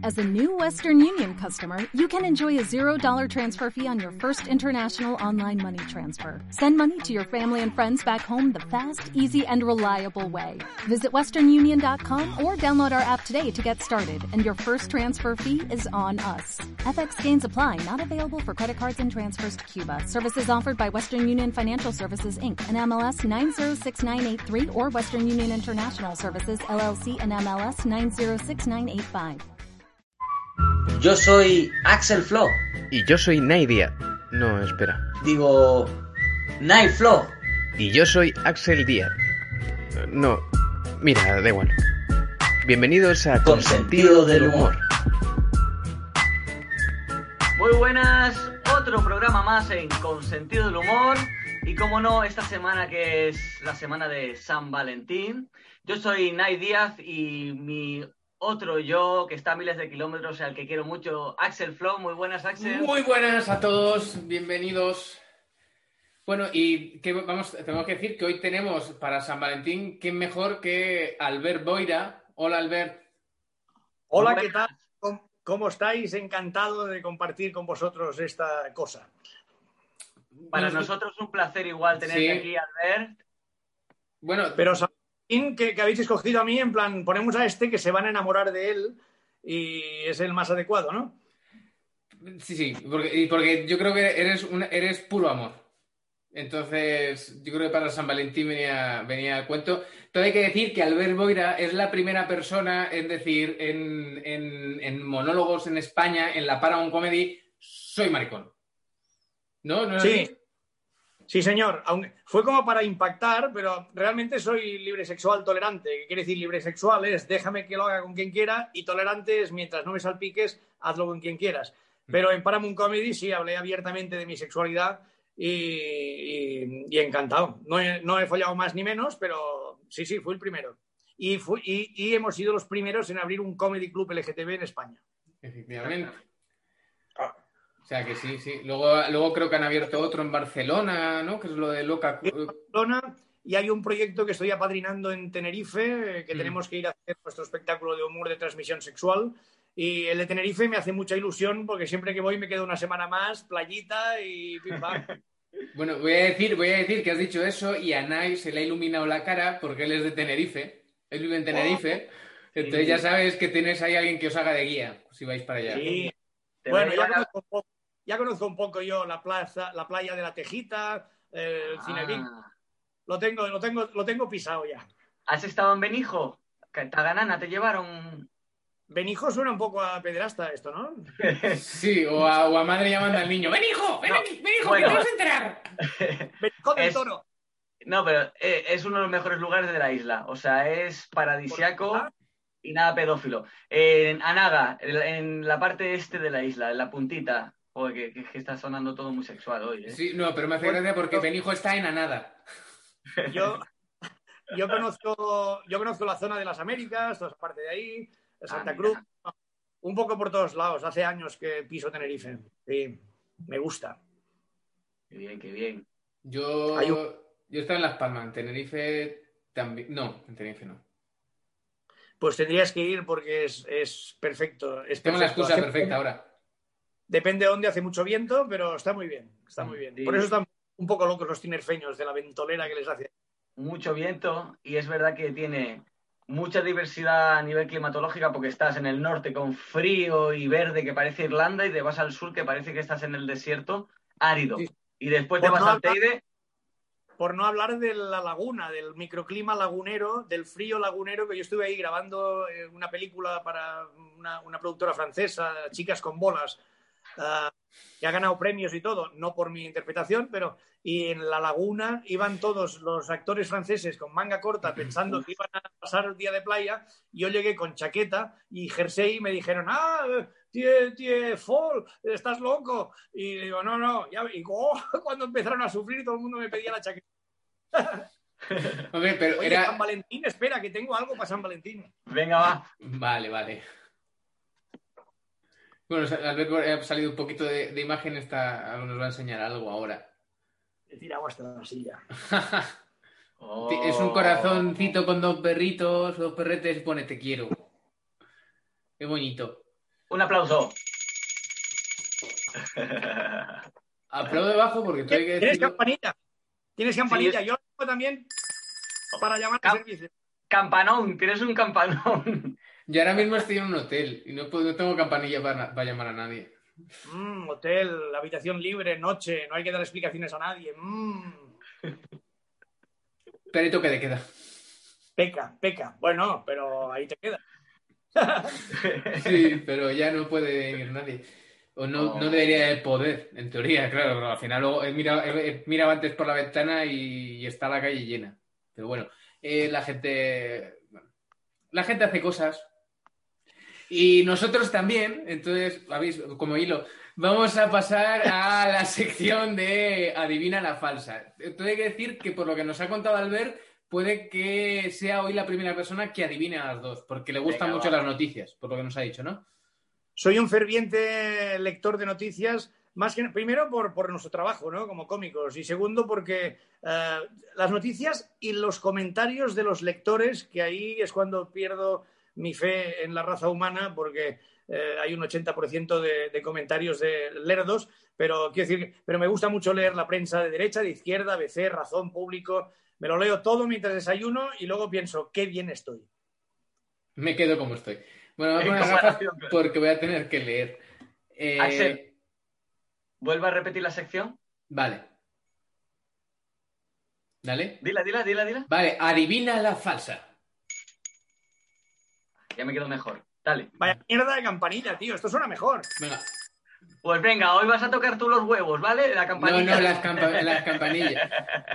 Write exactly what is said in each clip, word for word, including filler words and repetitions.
As a new Western Union customer, you can enjoy a zero dollar transfer fee on your first international online money transfer. Send money to your family and friends back home the fast, easy, and reliable way. Visit western union dot com or download our app today to get started, and your first transfer fee is on us. F X gains apply, not available for credit cards and transfers to Cuba. Services offered by Western Union Financial Services, Incorporated, and M L S nine zero six nine eight three or Western Union International Services, L L C, and M L S nine zero six nine eight five. Yo soy Axel Flo. Y yo soy Nay Díaz. No, espera. Digo, Nay Flo. Y yo soy Axel Díaz. No, mira, da igual. Bienvenidos a Con Sentido del Humor. Muy buenas, otro programa más en Con Sentido del Humor. Y como no, esta semana que es la semana de San Valentín. Yo soy Nay Díaz y mi otro yo, que está a miles de kilómetros, al que quiero mucho, Axel Flo. Muy buenas, Axel. Muy buenas a todos, bienvenidos. Bueno, y que vamos, tenemos que decir que hoy tenemos para San Valentín, ¿quién mejor que Albert Boira? Hola, Albert. Hola, ¿qué tal? ¿Cómo, cómo estáis? Encantado de compartir con vosotros esta cosa. Para nosotros un placer igual tenerte sí. aquí, Albert. Bueno, pero Que, que habéis escogido a mí, en plan, ponemos a este que se van a enamorar de él y es el más adecuado, ¿no? Sí, sí, porque, porque yo creo que eres, un, eres puro amor. Entonces, yo creo que para San Valentín venía, venía a cuento. Todo hay que decir que Albert Boira es la primera persona en decir en, en, en monólogos en España, en la Paramount Comedy, soy maricón. ¿No? ¿No sí. Así? Sí, señor. Aunque fue como para impactar, pero realmente soy libre sexual tolerante. ¿Qué quiere decir libre sexual? Es déjame que lo haga con quien quiera, y tolerante es mientras no me salpiques, hazlo con quien quieras. Pero en Paramount Comedy sí hablé abiertamente de mi sexualidad y, y, y encantado. No he, no he follado más ni menos, pero sí, sí, fui el primero. Y, fui, y, y hemos sido los primeros en abrir un comedy club L G T B en España. Efectivamente. O sea que sí, sí. Luego, luego creo que han abierto otro en Barcelona, ¿no? Que es lo de Loca. En Barcelona, y hay un proyecto que estoy apadrinando en Tenerife, que mm. tenemos que ir a hacer nuestro espectáculo de humor de transmisión sexual. Y el de Tenerife me hace mucha ilusión porque siempre que voy me quedo una semana más, playita y pim pam. Bueno, voy a decir, voy a decir que has dicho eso y a Nay se le ha iluminado la cara porque él es de Tenerife. Él vive en Tenerife. Oh. Entonces sí. Ya sabes que tienes ahí alguien que os haga de guía si vais para allá. Sí. Bueno, ya conozco, un poco, ya conozco un poco yo la plaza, la playa de la Tejita, el ah. Cinevic. Lo tengo, lo tengo, lo tengo pisado ya. ¿Has estado en Benijo? Taganana, ¿te llevaron? Benijo suena un poco a pederasta esto, ¿no? Sí, o a, o a madre llamando al niño. ¡Ven, hijo! ¡Ven, no, ven, hijo! Bueno. ¡Que te vas a enterar! ¡Benijo del es, Toro! No, pero eh, es uno de los mejores lugares de la isla. O sea, es paradisiaco y nada pedófilo. En Anaga, en la parte este de la isla, en la puntita. Joder, que, que está sonando todo muy sexual hoy, ¿eh? Sí, no, pero me hace bueno, gracia porque Benijo está en Anada. Yo, yo, conozco, yo conozco la zona de las Américas, toda esa parte de ahí, de Santa ah, Cruz, un poco por todos lados. Hace años que piso Tenerife. Sí, me gusta. Qué bien, qué bien. Yo, un... yo estaba en Las Palmas, en Tenerife también. No, en Tenerife no. Pues tendrías que ir porque es, es perfecto. Es Tengo perfecto. la excusa hace... perfecta ahora. Depende de dónde, hace mucho viento, pero está muy bien, está muy bien. Sí. Por eso están un poco locos los tinerfeños de la ventolera que les hace. Mucho viento, y es verdad que tiene mucha diversidad a nivel climatológica porque estás en el norte con frío y verde que parece Irlanda y te vas al sur que parece que estás en el desierto árido. Sí. Y después por te vas no al Teide. Por no hablar de la laguna, del microclima lagunero, del frío lagunero, que yo estuve ahí grabando una película para una, una productora francesa, Chicas con bolas, Uh, que ha ganado premios y todo, no por mi interpretación, pero y en la laguna iban todos los actores franceses con manga corta pensando que iban a pasar el día de playa. Yo llegué con chaqueta y jersey y me dijeron, ah, tie, tie, fall, estás loco. Y digo, no, no, ya, y oh, cuando empezaron a sufrir todo el mundo me pedía la chaqueta. Hombre, pero Oye, era... San Valentín, espera, que tengo algo para San Valentín. Venga, va. Vale, vale. Bueno, Albert ha salido un poquito de, de imagen, está, nos va a enseñar algo ahora. He tirado hasta la silla. Oh. Es un corazoncito con dos perritos, dos perretes, y pone te quiero. Qué bonito. Un aplauso. Aplaudo bajo porque tú hay que ¿Tienes decirlo. campanilla? ¿Tienes campanilla? Sí. Yo lo tengo también para llamar Cam- al servicio. Campanón, tienes un campanón. Yo ahora mismo estoy en un hotel y no, puedo- no tengo campanilla para, para llamar a nadie. Mm, hotel, habitación libre, noche, no hay que dar explicaciones a nadie. Mm, Pero hay toque de queda. peca, peca. Bueno, pero ahí te queda. Sí, pero ya no puede ir nadie. O no, Oh. no debería de poder, en teoría, claro. Pero al final luego he mirado, he- he mirado antes por la ventana y, y está la calle llena. Pero bueno, eh, la gente. Bueno, la gente hace cosas. Y nosotros también. Entonces, habéis, como hilo, vamos a pasar a la sección de Adivina la falsa. Tengo que decir que por lo que nos ha contado Albert, puede que sea hoy la primera persona que adivine a las dos, porque le gustan Venga, mucho va. las noticias, por lo que nos ha dicho, ¿no? Soy un ferviente lector de noticias, más que primero por, por nuestro trabajo, ¿no? Como cómicos, y segundo porque eh, las noticias y los comentarios de los lectores, que ahí es cuando pierdo mi fe en la raza humana, porque eh, hay un ochenta por ciento de, de comentarios de lerdos, pero quiero decir, pero me gusta mucho leer la prensa de derecha, de izquierda, A B C, Razón, Público. Me lo leo todo mientras desayuno y luego pienso, qué bien estoy. Me quedo como estoy. Bueno, me voy a En poner gafas comparación, claro. porque voy a tener que leer. Eh, Axel. Vuelve a repetir la sección. Vale. Dale. Dila, dila, dila, dila. Vale, adivina la falsa. Ya me quedo mejor. Dale. Vaya mierda de campanilla, tío, esto suena mejor. Venga. Pues venga, hoy vas a tocar tú los huevos, ¿vale? La No, campanilla. no, las, campa- las campanillas.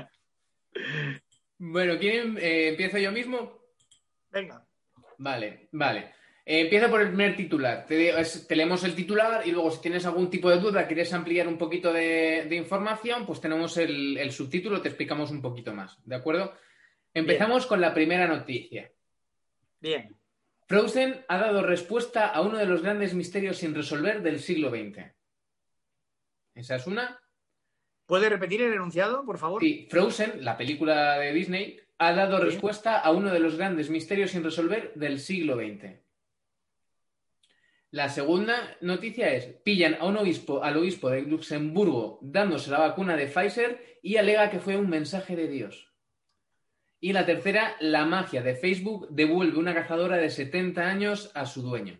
Bueno, ¿quién eh, empiezo yo mismo? Venga. Vale, vale. Eh, empiezo por el primer titular. Te, es- te leemos el titular y luego si tienes algún tipo de duda, quieres ampliar un poquito de, de información, pues tenemos el, el subtítulo, te explicamos un poquito más, ¿de acuerdo? Empezamos con la primera noticia. Bien. Frozen ha dado respuesta a uno de los grandes misterios sin resolver del siglo veinte. ¿Esa es una? ¿Puede repetir el enunciado, por favor? Sí, Frozen, la película de Disney, ha dado Sí. respuesta a uno de los grandes misterios sin resolver del siglo veinte. La segunda noticia es: pillan a un obispo, al obispo de Luxemburgo dándose la vacuna de Pfizer y alega que fue un mensaje de Dios. Y la tercera, la magia de Facebook devuelve una cazadora de setenta años a su dueño.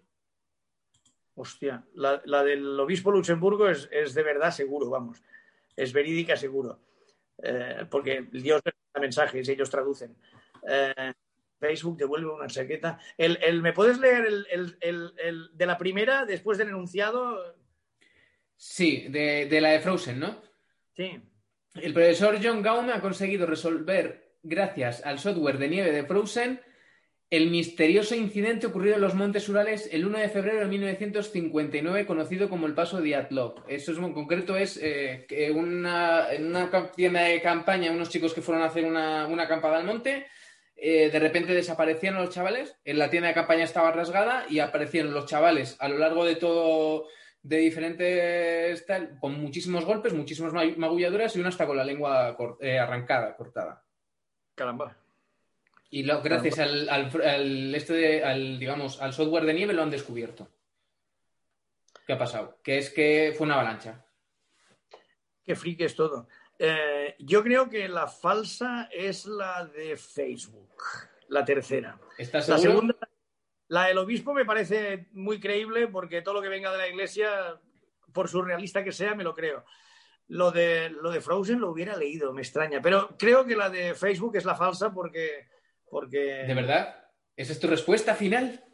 Hostia, la, la del obispo Luxemburgo es, es de verdad seguro, vamos. Es verídica seguro. Eh, porque Dios les da mensajes y ellos traducen. Eh, Facebook devuelve una chaqueta. El, el, ¿Me puedes leer el, el, el, el de la primera después del enunciado? Sí, de, de la de Frozen, ¿no? Sí. El profesor John Gaume ha conseguido resolver, gracias al software de nieve de Frozen, el misterioso incidente ocurrido en los Montes Urales el uno de febrero de mil novecientos cincuenta y nueve, conocido como el Paso Dyatlov. Eso es, en concreto es eh, que una, en una tienda de campaña, unos chicos que fueron a hacer una, una acampada al monte, eh, de repente desaparecieron los chavales, en la tienda de campaña estaba rasgada y aparecieron los chavales a lo largo de todo, de diferentes, tal, con muchísimos golpes, muchísimas magulladuras y uno hasta con la lengua cort, eh, arrancada, cortada. Caramba. Y lo, gracias al, al, al, este de, al, digamos, al software de nieve lo han descubierto. ¿Qué ha pasado? Que es que fue una avalancha. Qué friki es todo. Eh, yo creo que la falsa es la de Facebook, la tercera. ¿Estás La seguro? segunda, la del obispo me parece muy creíble porque todo lo que venga de la iglesia, por surrealista que sea, me lo creo. Lo de, lo de Frozen lo hubiera leído, me extraña. Pero creo que la de Facebook es la falsa porque... porque ¿De verdad? ¿Esa es tu respuesta final?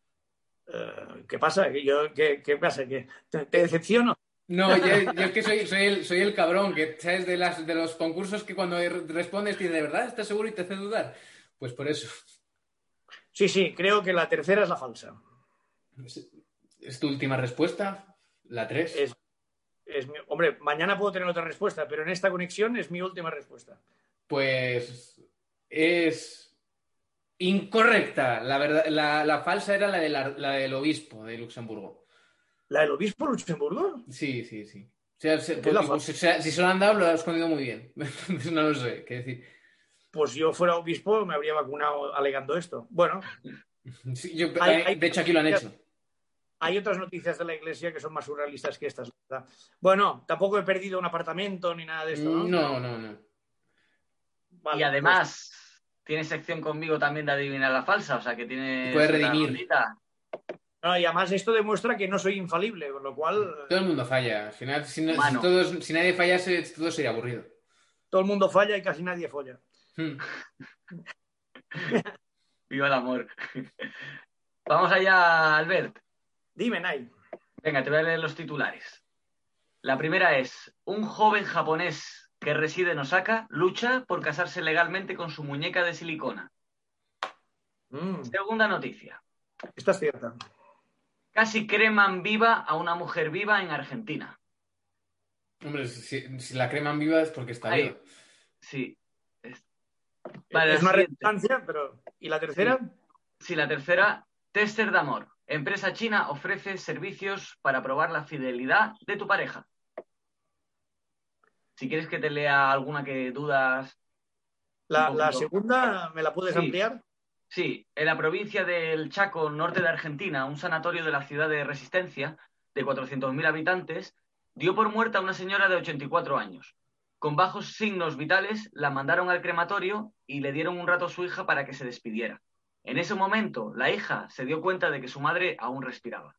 Uh, ¿Qué pasa? Yo, ¿qué, ¿Qué pasa? ¿Que te, te decepciono? No, yo, yo es que soy, soy, el, soy el cabrón, que sabes de, las, de los concursos que cuando respondes te dice, ¿de verdad estás seguro y te hace dudar? Pues por eso. Sí, sí, creo que la tercera es la falsa. ¿Es, es tu última respuesta? ¿La tres? Es, es mi, hombre, mañana puedo tener otra respuesta, pero en esta conexión es mi última respuesta. Pues es incorrecta. La, verdad, la, la falsa era la, de la, la del obispo de Luxemburgo. ¿La del obispo de Luxemburgo? Sí, sí, sí. O sea, se, pues, pues, o sea, si se lo han dado, lo ha escondido muy bien. No lo sé, qué decir. Pues yo fuera obispo me habría vacunado alegando esto. Bueno. Sí, yo, hay, hay, de hecho, aquí lo han hecho. hay otras noticias de la iglesia que son más surrealistas que estas, ¿verdad? Bueno, tampoco he perdido un apartamento ni nada de esto, ¿no? No, no, no. Vale, y además, pues... tiene sección conmigo también de adivinar la falsa, o sea que tiene... Puede redimir. No, y además esto demuestra que no soy infalible, con lo cual... Todo el mundo falla. Al final, si, no, si, todos, si nadie fallase, todo sería aburrido. Todo el mundo falla y casi nadie folla. Hmm. Viva el amor. Vamos allá, Albert. Dime, Nai. Venga, te voy a leer los titulares. La primera es: un joven japonés que reside en Osaka lucha por casarse legalmente con su muñeca de silicona. Mm. Segunda noticia. Esta es cierta. Casi creman viva a una mujer viva en Argentina. Hombre, si, si la creman viva es porque está Ahí. viva. Sí. Es, vale, es una redundancia, pero... ¿Y la tercera? Sí, sí, la tercera. Tester de amor. Empresa china ofrece servicios para probar la fidelidad de tu pareja. Si quieres que te lea alguna que dudas... La, la segunda, ¿me la puedes sí. ampliar? Sí, en la provincia del Chaco, norte de Argentina, un sanatorio de la ciudad de Resistencia, de cuatrocientos mil habitantes, dio por muerta a una señora de ochenta y cuatro años. Con bajos signos vitales, la mandaron al crematorio y le dieron un rato a su hija para que se despidiera. En ese momento, la hija se dio cuenta de que su madre aún respiraba.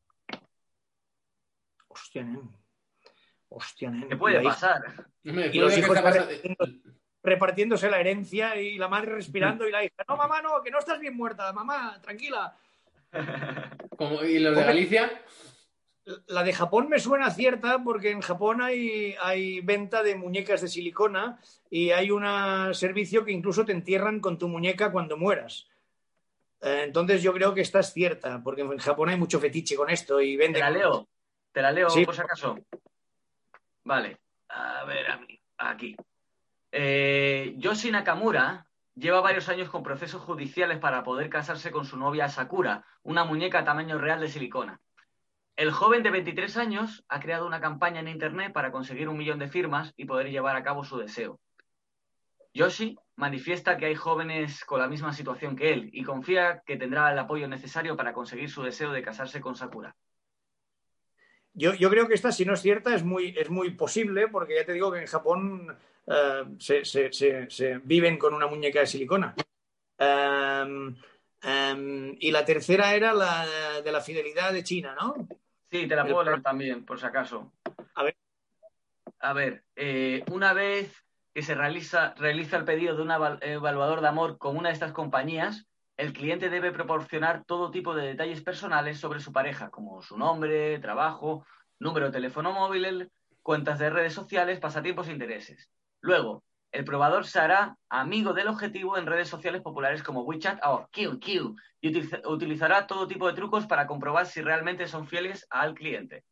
Hostia, nen. Hostia, nen. ¿Qué puede pasar? Y los hijos repartiendo, repartiéndose la herencia y la madre respirando y la hija, no, mamá, no, que no estás bien muerta, mamá, tranquila. ¿Cómo? ¿Y los de Galicia? La de Japón me suena cierta porque en Japón hay, hay venta de muñecas de silicona y hay un servicio que incluso te entierran con tu muñeca cuando mueras. Entonces yo creo que esta es cierta, porque en Japón hay mucho fetiche con esto y venden... ¿Te la leo? ¿Te la leo sí. por si acaso? Vale, a ver, a mí, aquí. Eh, Yoshi Nakamura lleva varios años con procesos judiciales para poder casarse con su novia Sakura, una muñeca a tamaño real de silicona. El joven de veintitrés años ha creado una campaña en internet para conseguir un millón de firmas y poder llevar a cabo su deseo. Yoshi manifiesta que hay jóvenes con la misma situación que él y confía que tendrá el apoyo necesario para conseguir su deseo de casarse con Sakura. Yo, yo creo que esta, si no es cierta, es muy, es muy posible, porque ya te digo que en Japón uh, se, se, se, se viven con una muñeca de silicona. Um, um, y la tercera era la de la fidelidad de China, ¿no? Sí, te la puedo leer también, por si acaso. A ver. A ver, eh, una vez que se realiza, realiza el pedido de un evaluador de amor con una de estas compañías, el cliente debe proporcionar todo tipo de detalles personales sobre su pareja, como su nombre, trabajo, número de teléfono móvil, cuentas de redes sociales, pasatiempos e intereses. Luego, el probador se hará amigo del objetivo en redes sociales populares como WeChat o Q Q y utiliza, utilizará todo tipo de trucos para comprobar si realmente son fieles al cliente.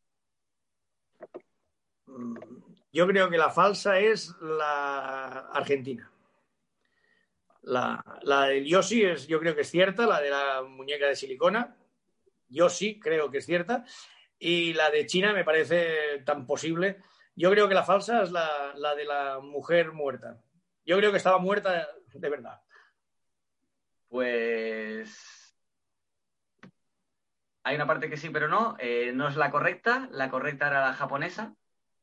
Yo creo que la falsa es la Argentina. La, la del Yoshi es, yo creo que es cierta, la de la muñeca de silicona. Yo sí creo que es cierta. Y la de China me parece tan posible. Yo creo que la falsa es la, la de la mujer muerta. Yo creo que estaba muerta de verdad. Pues... hay una parte que sí, pero no. Eh, no es la correcta. La correcta era la japonesa.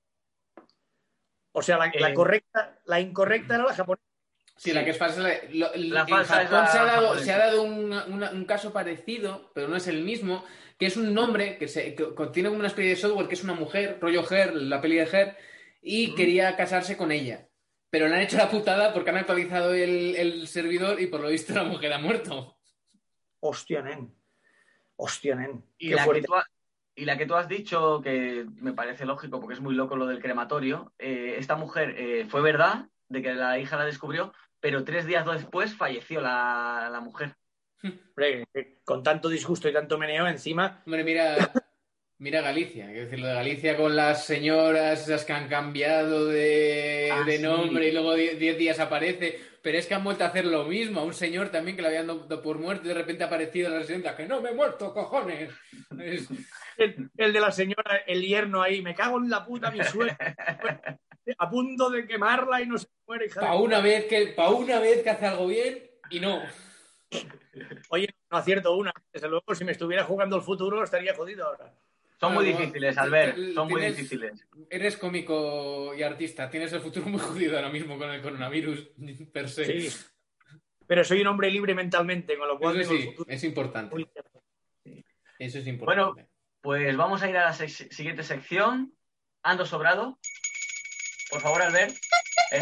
O sea, la, eh... la correcta, la incorrecta era la japonesa. Sí, sí, la que es falsa. La, lo, la en falsa Japón es se ha dado, japonesa. se ha dado una, una, un caso parecido, pero no es el mismo, que es un nombre que, se, que contiene como una especie de software que es una mujer, rollo Her, la peli de Her, y mm. quería casarse con ella. Pero le han hecho la putada porque han actualizado el, el servidor y por lo visto la mujer ha muerto. Hostia, nen. Hostia, nen. Y la, que tú ha, y la que tú has dicho, que me parece lógico porque es muy loco lo del crematorio, eh, esta mujer eh, fue verdad, de que la hija la descubrió, pero tres días después falleció la, la mujer. Hombre, con tanto disgusto y tanto meneo encima. Hombre, mira, mira Galicia, quiero decir, lo de Galicia con las señoras esas que han cambiado de, ah, de nombre sí. Y luego diez días aparece, pero es que han vuelto a hacer lo mismo a un señor también que lo habían dado por muerto y de repente ha aparecido en la residencia, que no me he muerto, cojones. Es... El, el de la señora, el yerno ahí, me cago en la puta mi suegra. A punto de quemarla y no se muere, hija. Para una vez que, para una vez que hace algo bien y no. Oye, no acierto una. Desde luego, si me estuviera jugando el futuro, estaría jodido ahora. Son muy Bueno, difíciles, t- Albert, t- son muy tienes- difíciles. Eres cómico y artista, tienes el futuro muy jodido ahora mismo con el coronavirus per se. Sí, pero soy un hombre libre mentalmente, con lo cual Eso tengo sí, el futuro es importante. muy... Eso es importante. Bueno, pues vamos a ir a la se- siguiente sección. Ando sobrado. Por favor, Albert. Eh.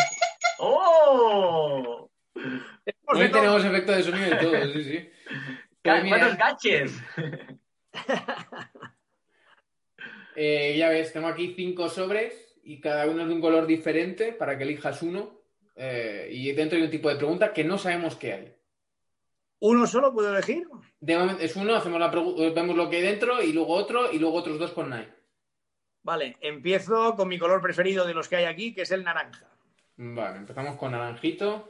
¡Oh! Hoy tenemos efecto de sonido y todo, sí, sí. Pues mira, ¿Cuántos gaches? eh, ya ves, tengo aquí cinco sobres y cada uno es de un color diferente para que elijas uno. Eh, y dentro hay un tipo de pregunta que no sabemos qué hay. ¿Uno solo puedo elegir? De momento es uno, hacemos la pregu- vemos lo que hay dentro y luego otro y luego otros dos con Nike. Vale, empiezo con mi color preferido de los que hay aquí, que es el naranja. Vale, empezamos con naranjito.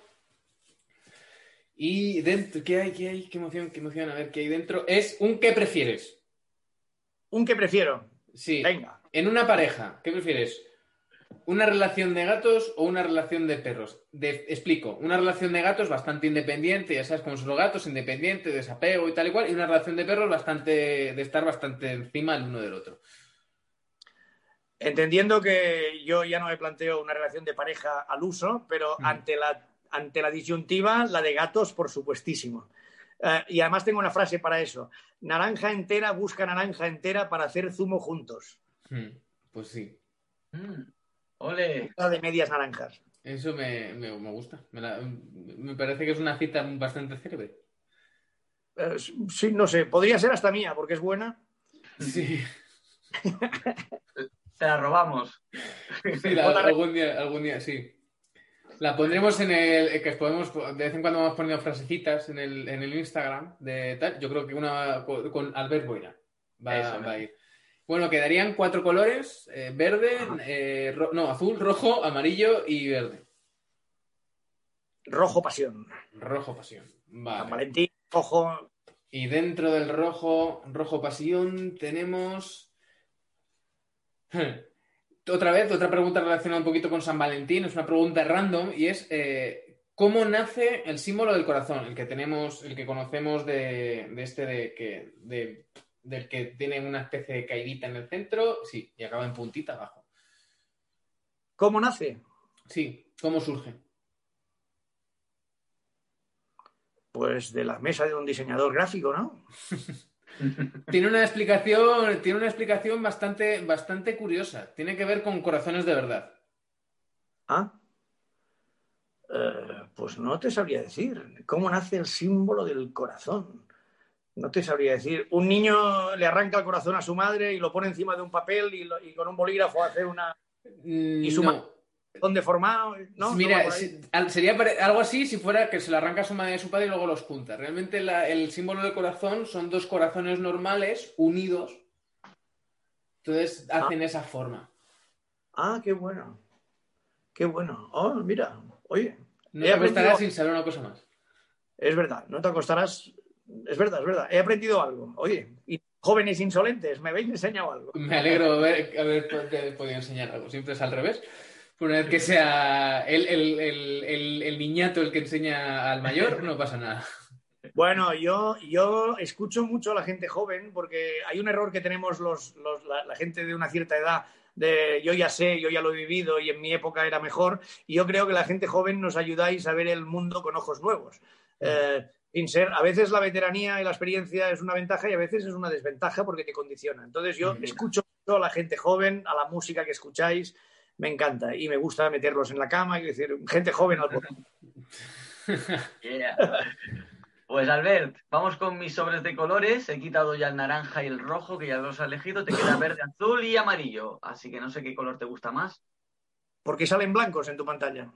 Y dentro, ¿qué hay? ¿Qué hay? ¿Qué emoción? ¿Qué emoción? A ver, ¿qué hay dentro? Es un ¿qué prefieres? ¿Un que prefiero? Sí. Venga. En una pareja, ¿qué prefieres? ¿Una relación de gatos o una relación de perros? De- explico, una relación de gatos bastante independiente, ya sabes cómo son los gatos, independiente, desapego y tal y cual, y una relación de perros bastante, de estar bastante encima el uno del otro. Entendiendo que yo ya no me planteo una relación de pareja al uso, pero Mm. ante la, ante la disyuntiva, la de gatos, por supuestísimo. Eh, y además tengo una frase para eso. Naranja entera busca naranja entera para hacer zumo juntos. Hmm, Pues sí, Mm, ole. La de medias naranjas. eso me, me- me gusta. Me, la- me parece que es una cita bastante célebre. Eh, sí, no sé, podría ser hasta mía, porque es buena. Sí, Te la robamos. sí, la- algún día, algún día, sí. La pondremos en el, eh, que podemos, de vez en cuando vamos poniendo frasecitas en el, en el Instagram de tal. Yo creo que una con, con Albert Boira va, Eso, va a ir. Bueno, quedarían cuatro colores, eh, verde, eh, ro- no, azul, rojo, amarillo y verde. Rojo pasión. Rojo pasión. San Vale. Valentín, rojo. Y dentro del rojo, rojo pasión, tenemos... Otra vez, otra pregunta relacionada un poquito con San Valentín, es una pregunta random y es eh, ¿cómo nace el símbolo del corazón? El que tenemos, el que conocemos de, de este de que de, del que tiene una especie de caidita en el centro, sí, y acaba en puntita abajo. ¿Cómo nace? Sí, ¿cómo surge? Pues de la mesa de un diseñador gráfico, ¿no? Tiene una explicación, tiene una explicación bastante, bastante curiosa. Tiene que ver con corazones de verdad. Ah. Eh, pues no te sabría decir. ¿Cómo nace el símbolo del corazón? No te sabría decir. Un niño le arranca el corazón a su madre y lo pone encima de un papel y, lo- y con un bolígrafo hace una... Y su no. corazón deformado, ¿no? ¿No Mira, va por ahí? si- al- sería pare- algo así si fuera que se lo arranca a su madre y a su padre y luego los junta. Realmente la- el símbolo del corazón son dos corazones normales unidos. Entonces hacen esa forma. Ah, qué bueno. Qué bueno. Oh, mira, oye. No he te aprendido- acostarás sin saber una cosa más. Es verdad, no te acostarás. Es verdad, es verdad. He aprendido algo. Oye, y jóvenes insolentes, me habéis enseñado algo. Me alegro de haber, haber pod- podido enseñar algo. Siempre es al revés. Por una vez que sea el, el- el- el- el niñato el que enseña al mayor, no pasa nada. Bueno, yo, yo escucho mucho a la gente joven porque hay un error que tenemos los, los- la, la gente de una cierta edad de yo ya sé, yo ya lo he vivido y en mi época era mejor. Y yo creo que la gente joven nos ayudáis a ver el mundo con ojos nuevos. Eh, sin ser, a veces la veteranía y la experiencia es una ventaja y a veces es una desventaja porque te condiciona. Entonces yo escucho mucho a la gente joven, a la música que escucháis, me encanta y me gusta meterlos en la cama y decir, gente joven al bote. Yeah. Pues Albert, vamos con mis sobres de colores. He quitado ya el naranja y el rojo, que ya los has elegido. Te queda verde, azul y amarillo. Así que no sé qué color te gusta más. Porque salen blancos en tu pantalla.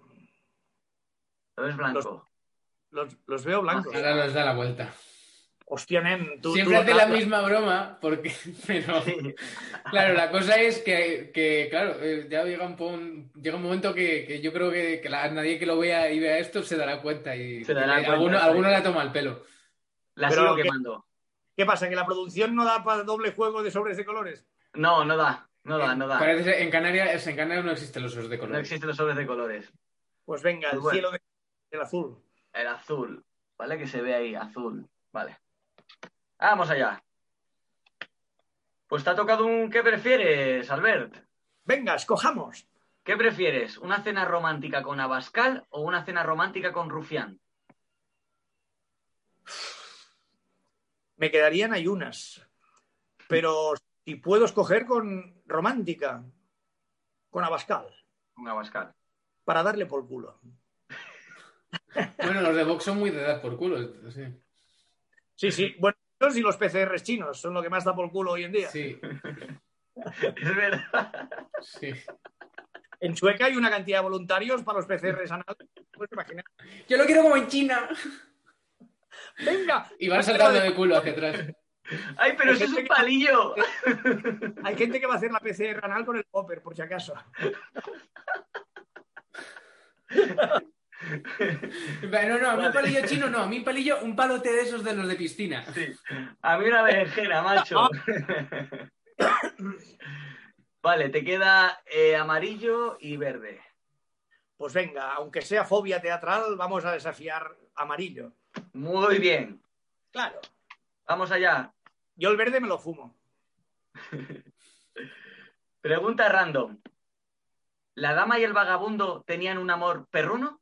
¿Lo ves blanco? Los, los veo blancos. Ahora nos da la vuelta. Hostia, nen, tú... Siempre tú hace la acá- misma broma, porque. Pero, Sí. claro, la cosa es que, que, claro, eh, ya llega un, po- llega un momento que, que yo creo que, que la- nadie que lo vea y vea esto se dará cuenta y Se dará y cuenta, alguno, sí. alguno la toma el pelo. La Pero sigo que- quemando. ¿Qué pasa? ¿Que la producción no da para doble juego de sobres de colores? No, no da. No da, no da. Parece ser- en Canarias, en Canarias no existen los osos de No color. existen los sobres de colores. Pues venga, el Pues bueno. cielo de- del azul. El azul, ¿vale? Que se ve ahí, azul. Vale. Vamos allá. Pues te ha tocado un ¿qué prefieres, Albert? Venga, escojamos. ¿Qué prefieres? ¿Una cena romántica con Abascal o una cena romántica con Rufián? Me quedarían ayunas. Pero si puedo escoger con romántica, con Abascal, Con Abascal. para darle por culo. Bueno, los de Vox son muy de dar por culo. Sí. Sí, sí. Bueno, los y los P C Rs chinos son lo que más da por culo hoy en día. Sí, Es verdad. sí. En Chueca hay una cantidad de voluntarios para los P C Rs anales. Puedes imaginar. Yo lo quiero como en China. Venga. Y van saltando de culo hacia atrás. ¡Ay, pero eso es un palillo! Hay gente que va a hacer la P C R anal con el popper, por si acaso. No, no, a mí un palillo chino no, a mí un palillo, un palote de esos de los de piscina. Sí. A mí una berenjena, macho. Vale, te queda eh, amarillo y verde. Pues venga, aunque sea fobia teatral, vamos a desafiar amarillo. Muy bien. Claro. Vamos allá. Yo el verde me lo fumo. Pregunta random. ¿La dama y el vagabundo tenían un amor perruno?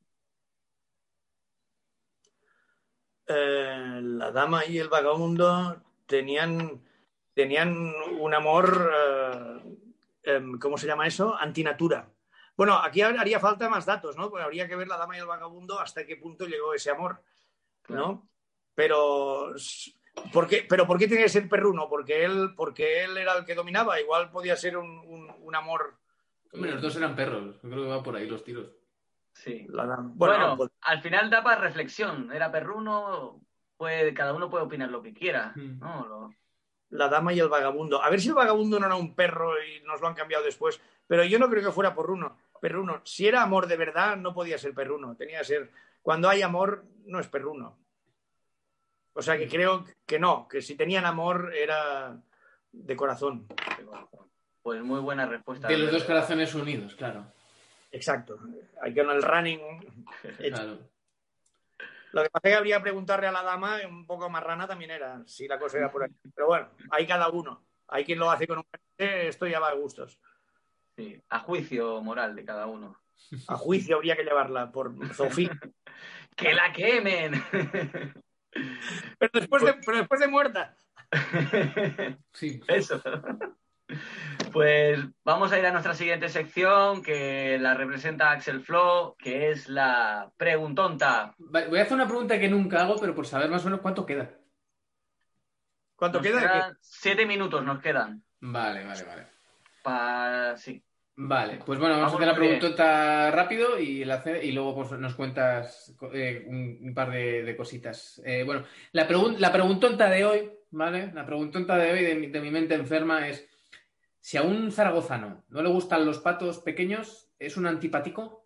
Eh, la dama y el vagabundo tenían, tenían un amor, eh, eh, ¿cómo se llama eso? Antinatura. Bueno, aquí haría falta más datos, ¿no? Porque habría que ver la dama y el vagabundo hasta qué punto llegó ese amor, ¿no? Pero, ¿por qué, pero ¿por qué tiene que ser perruno? Porque él, porque él era el que dominaba. Igual podía ser un, un, un amor... Hombre, los dos eran perros. Yo creo que va por ahí los tiros. Sí. La dama. Bueno, Bueno, pues, al final da para reflexión. Era perruno, puede, cada uno puede opinar lo que quiera, Mm. ¿no? Lo- la dama y el vagabundo. A ver si el vagabundo no era un perro y nos lo han cambiado después. Pero yo no creo que fuera perruno. Perruno. Si era amor de verdad, no podía ser perruno. Tenía que ser... Cuando hay amor, no es perruno. O sea que creo que no, que si tenían amor era de corazón. Pues muy buena respuesta. De los dos corazones unidos, claro. Exacto. Hay que en el running. Claro. Lo que pasa es que habría que preguntarle a la dama, un poco marrana también era, si la cosa era por ahí. Pero bueno, hay cada uno. Hay quien lo hace con un... Esto ya va a gustos. Sí, a juicio moral de cada uno. A juicio habría que llevarla por Sofía. ¡Que la quemen! Pero después de, pero después de muerta. Sí. Eso. Pues vamos a ir a nuestra siguiente sección, que la representa Axel Flo, que es la preguntonta. Voy a hacer una pregunta que nunca hago, pero por saber más o menos cuánto queda. ¿Cuánto Nos queda? de quedan siete minutos nos quedan. Vale, vale, vale. Pa... Sí. Vale, pues bueno, vamos, Vamos a hacer la muy bien. preguntota rápido y, la hace- y luego pues, nos cuentas eh, un, un par de, de cositas. Eh, bueno, la, pregun- la preguntonta de hoy, ¿vale? La preguntonta de hoy de mi, de mi mente enferma es: si a un zaragozano no le gustan los patos pequeños, ¿es un antipático?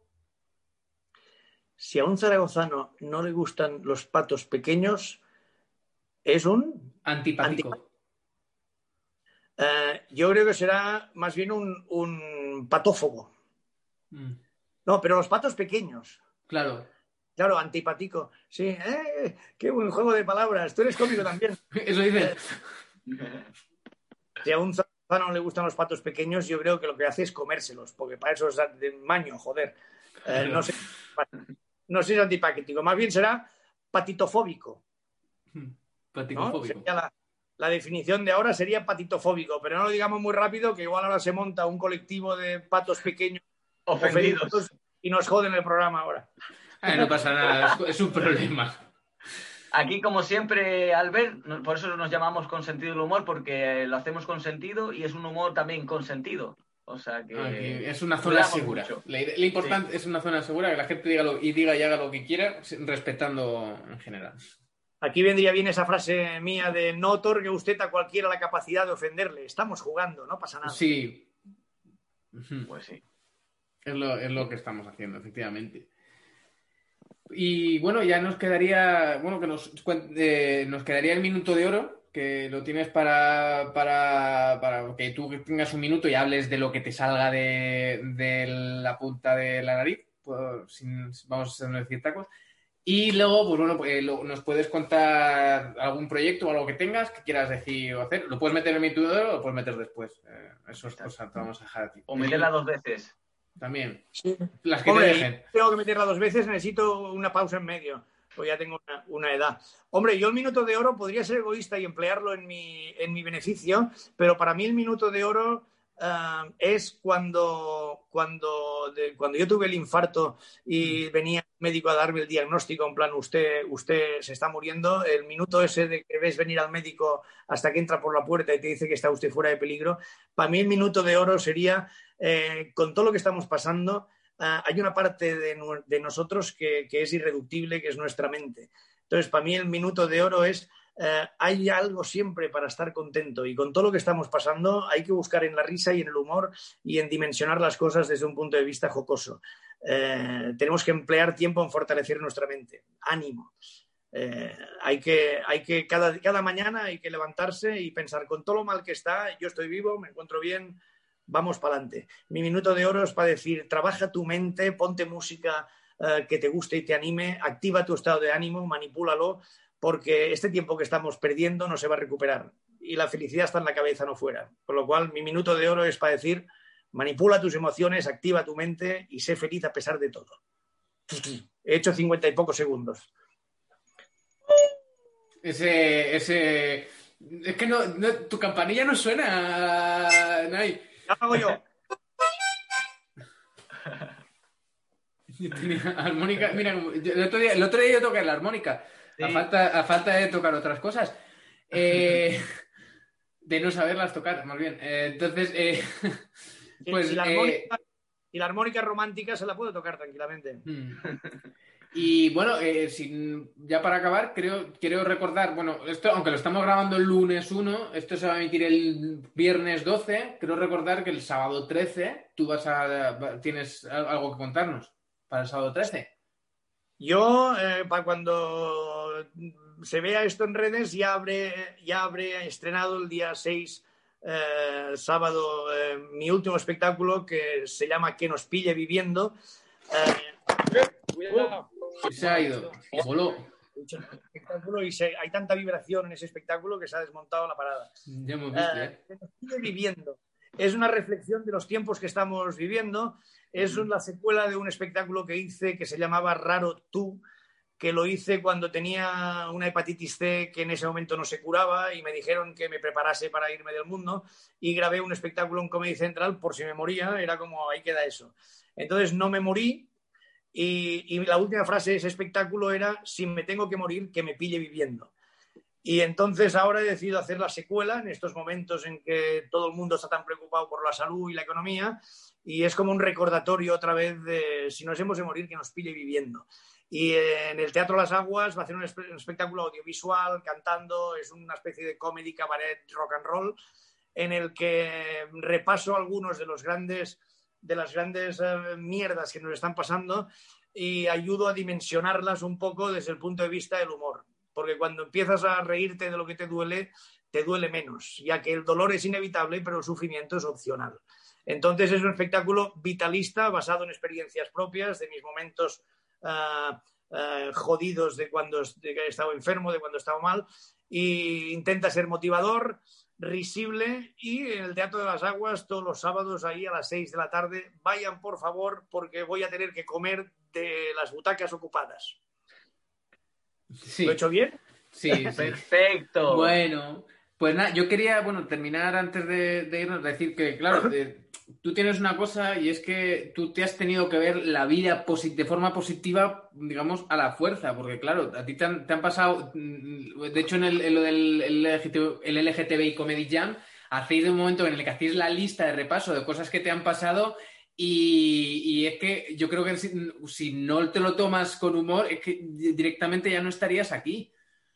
Si a un zaragozano no le gustan los patos pequeños, es un... Antipático. Eh, yo creo que será más bien un, un patófobo. Mm, No, pero los patos pequeños. claro. Claro, antipático. Sí, eh, qué buen juego de palabras. Tú eres cómico también. Eso dice. Si a un zaragozano le gustan los patos pequeños, yo creo que lo que hace es comérselos, porque para eso es de maño, joder. Eh, no sé, no sé si es antipático. Más bien será patitofóbico. ¿No? Paticofóbico. Sería la, la definición de ahora sería patitofóbico, pero no lo digamos muy rápido, que igual ahora se monta un colectivo de patos pequeños Ofendidos. ofendidos y nos joden el programa ahora. Ah, no pasa nada, es, es un problema. Aquí, como siempre, Albert, no- por eso nos llamamos con sentido del humor, porque lo hacemos con sentido y es un humor también con sentido. O sea que... Aquí es una zona cuidamos segura. mucho. La, ide- lo importante es una zona segura, que la gente diga lo, y diga y haga lo que quiera, respetando en general. Aquí vendría bien esa frase mía de no otorgue usted a cualquiera la capacidad de ofenderle. Estamos jugando, no pasa nada. Sí. Ujú. Pues sí. Es lo, es lo que estamos haciendo, efectivamente. Y bueno, ya nos quedaría, bueno, que nos, cuen- eh, nos quedaría el minuto de oro, que lo tienes para, para, para que tú tengas un minuto y hables de lo que te salga de, de la punta de la nariz, pues, sin, vamos a no decir tacos. Y luego, pues bueno, pues, lo, nos puedes contar algún proyecto o algo que tengas que quieras decir o hacer. Lo puedes meter en mi Twitter o lo puedes meter después. Eh, eso es cosa, te vamos a dejar a ti. O meterla dos veces. También. Sí. Las que Hombre, te dejen. tengo que meterla dos veces, necesito una pausa en medio, pues ya tengo una, una edad. Hombre, yo el minuto de oro podría ser egoísta y emplearlo en mi, en mi beneficio, pero para mí el minuto de oro uh, es cuando, cuando, de, cuando yo tuve el infarto y venía el médico a darme el diagnóstico, en plan, usted, usted se está muriendo, el minuto ese de que ves venir al médico hasta que entra por la puerta y te dice que está usted fuera de peligro, para mí el minuto de oro sería, eh, con todo lo que estamos pasando, Uh, hay una parte de, de nosotros que, que es irreductible, que es nuestra mente. Entonces, para mí el minuto de oro es, uh, hay algo siempre para estar contento, y con todo lo que estamos pasando hay que buscar en la risa y en el humor y en dimensionar las cosas desde un punto de vista jocoso. Uh, tenemos que emplear tiempo en fortalecer nuestra mente. Ánimo. Uh, hay que, hay que cada, cada mañana hay que levantarse y pensar, con todo lo mal que está, yo estoy vivo, me encuentro bien, vamos para adelante. Mi minuto de oro es para decir, trabaja tu mente, ponte música uh, que te guste y te anime, activa tu estado de ánimo, manipúlalo, porque este tiempo que estamos perdiendo no se va a recuperar y la felicidad está en la cabeza, no fuera. Con lo cual, mi minuto de oro es para decir, manipula tus emociones, activa tu mente y sé feliz a pesar de todo. He hecho cincuenta y pocos segundos. Ese, ese... Es que no, no tu campanilla no suena, Nay. ¿Qué hago yo? Armónica, mira, el otro día, el otro día yo toqué la armónica, sí. a, falta, a falta de tocar otras cosas, eh, de no saberlas tocar, más bien. Eh, entonces, eh, pues... Y la, armónica, eh, y la armónica romántica se la puedo tocar tranquilamente. Y bueno, eh, sin, ya para acabar, creo, quiero recordar, bueno, esto, aunque lo estamos grabando el lunes uno, esto se va a emitir el viernes doce, creo recordar que el sábado trece tú vas a, tienes algo que contarnos para el sábado trece. Yo, eh, para cuando se vea esto en redes, ya habré, ya habré estrenado el día seis, eh, sábado, eh, mi último espectáculo que se llama Que nos pille viviendo. Eh, cuidado. Se ha ido, voló. Espectáculo y se, hay tanta vibración en ese espectáculo que se ha desmontado la parada. Ya hemos visto, eh, ¿eh? Que nos sigue viviendo. Es una reflexión de los tiempos que estamos viviendo. Es la secuela de un espectáculo que hice que se llamaba Raro Tú, que lo hice cuando tenía una hepatitis C que en ese momento no se curaba y me dijeron que me preparase para irme del mundo, y grabé un espectáculo en Comedy Central por si me moría. Era como, ahí queda eso. Entonces no me morí. Y, y la última frase de ese espectáculo era, si me tengo que morir, que me pille viviendo. Y entonces ahora he decidido hacer la secuela en estos momentos en que todo el mundo está tan preocupado por la salud y la economía, y es como un recordatorio otra vez de, si nos hemos de morir, que nos pille viviendo. Y en el Teatro Las Aguas va a hacer un, espe- un espectáculo audiovisual, cantando, es una especie de comedy, cabaret, rock and roll, en el que repaso algunos de los grandes... de las grandes uh, mierdas que nos están pasando y ayudo a dimensionarlas un poco desde el punto de vista del humor. Porque cuando empiezas a reírte de lo que te duele, te duele menos, ya que el dolor es inevitable, pero el sufrimiento es opcional. Entonces es un espectáculo vitalista, basado en experiencias propias, de mis momentos uh, uh, jodidos de cuando de que he estado enfermo, de cuando he estado mal, e intenta ser motivador, risible, y en el Teatro de las Aguas todos los sábados ahí a las seis de la tarde. Vayan, por favor, porque voy a tener que comer de las butacas ocupadas. Sí. ¿Lo he hecho bien? Sí, sí. Perfecto. Bueno, pues nada, yo quería, bueno, terminar antes de, de irnos, decir que, claro, de, tú tienes una cosa, y es que tú te has tenido que ver la vida posit- de forma positiva, digamos, a la fuerza, porque claro, a ti te han, te han pasado, de hecho en, el, en lo del el L G T B, el L G T B I Comedy Jam, hacéis un momento en el que hacéis la lista de repaso de cosas que te han pasado, y, y es que yo creo que si, si no te lo tomas con humor, es que directamente ya no estarías aquí.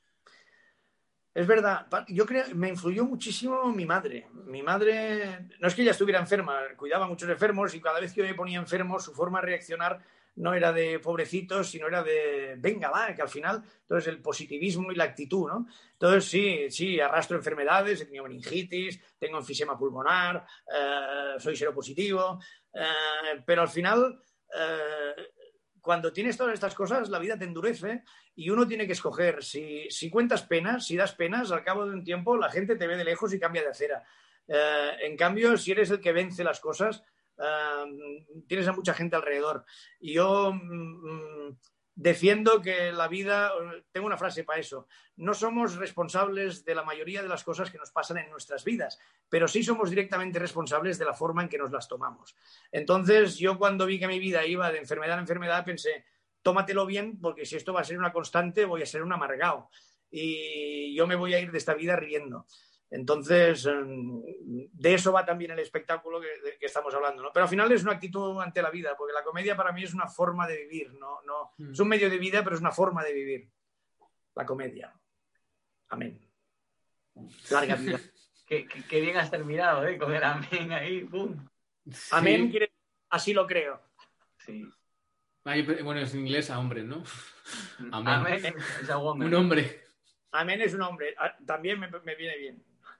Es verdad, yo creo, me influyó muchísimo mi madre. Mi madre, no es que ella estuviera enferma, cuidaba a muchos enfermos, y cada vez que yo me ponía enfermo, su forma de reaccionar no era de pobrecitos, sino era de venga, va, que al final, entonces el positivismo y la actitud, ¿no? Entonces sí, sí, arrastro enfermedades, he tenido meningitis, tengo enfisema pulmonar, eh, soy seropositivo, eh, pero al final, eh, cuando tienes todas estas cosas, la vida te endurece y uno tiene que escoger. Si, si cuentas penas, si das penas, al cabo de un tiempo la gente te ve de lejos y cambia de acera. Eh, en cambio, si eres el que vence las cosas, eh, tienes a mucha gente alrededor. Y yo mm, defiendo que la vida, tengo una frase para eso, no somos responsables de la mayoría de las cosas que nos pasan en nuestras vidas, pero sí somos directamente responsables de la forma en que nos las tomamos. Entonces, yo cuando vi que mi vida iba de enfermedad en enfermedad, pensé, tómatelo bien, porque si esto va a ser una constante, voy a ser un amargado. Y yo me voy a ir de esta vida riendo. Entonces, de eso va también el espectáculo que, de, que estamos hablando, ¿no? Pero al final es una actitud ante la vida, porque la comedia para mí es una forma de vivir, ¿no? No, mm. Es un medio de vida, pero es una forma de vivir. La comedia. Amén. Larga vida. Qué, qué, qué bien has terminado, ¿eh? Con el amén ahí, ¡pum! Sí. Amén quiere, así lo creo. Sí. Ah, yo, bueno, es en inglés a hombre, ¿no? Amén. Amén es a woman. Un hombre. Amén es un hombre. También me, me viene bien.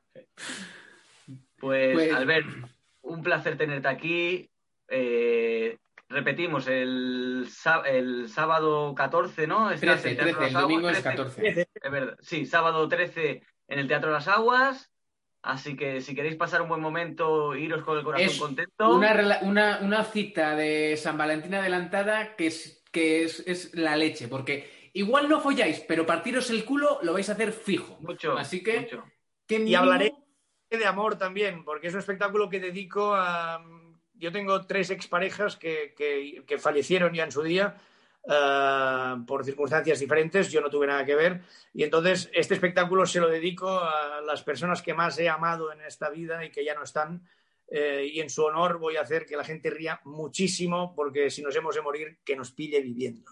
Pues, pues, Albert, un placer tenerte aquí. Eh, repetimos, el, el sábado catorce, ¿no? Estás trece, el, trece, el domingo trece, es catorce. Es verdad, sí, sábado trece en el Teatro Las Aguas. Así que si queréis pasar un buen momento, iros con el corazón es contento. Una, una, una cita de San Valentín adelantada que, es, que es, es la leche, porque igual no folláis, pero partiros el culo lo vais a hacer fijo. Mucho. Así que... Mucho. Y mínimo... hablaré de amor también, porque es un espectáculo que dedico a... Yo tengo tres exparejas que, que, que fallecieron ya en su día uh, por circunstancias diferentes, yo no tuve nada que ver, y entonces este espectáculo se lo dedico a las personas que más he amado en esta vida y que ya no están, eh, y en su honor voy a hacer que la gente ría muchísimo, porque si nos hemos de morir, que nos pille viviendo.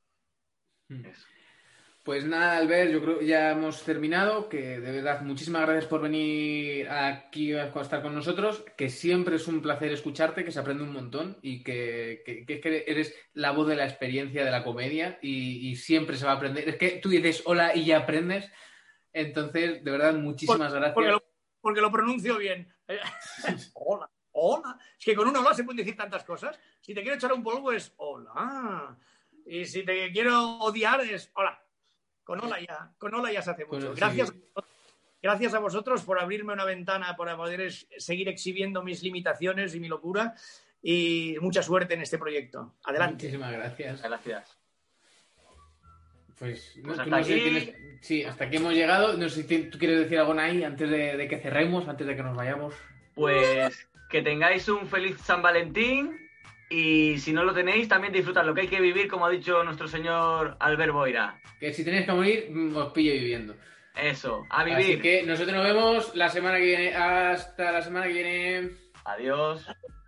Pues nada, Albert, yo creo que ya hemos terminado, que de verdad muchísimas gracias por venir aquí a estar con nosotros, que siempre es un placer escucharte, que se aprende un montón y que, que, que eres la voz de la experiencia de la comedia y, y siempre se va a aprender. Es que tú dices hola y ya aprendes, entonces de verdad muchísimas Por, gracias. Porque lo, porque lo pronuncio bien. Hola, hola. Es que con un hola se pueden decir tantas cosas. Si te quiero echar un polvo es hola. Y si te quiero odiar es hola. Con hola ya, con hola ya se hace mucho. Bueno, gracias, sí. Gracias a vosotros por abrirme una ventana para poder es, seguir exhibiendo mis limitaciones y mi locura, y mucha suerte en este proyecto. Adelante. Muchísimas gracias. Gracias. Pues, pues no, hasta no aquí... sé, tienes... sí, hasta aquí hemos llegado. No sé si tú quieres decir algo ahí antes de, de que cerremos, antes de que nos vayamos. Pues que tengáis un feliz San Valentín. Y si no lo tenéis, también disfrutad lo que hay que vivir, como ha dicho nuestro señor Albert Boira. Que si tenéis que morir, os pillo viviendo. Eso, a vivir. Así que nosotros nos vemos la semana que viene. Hasta la semana que viene. Adiós.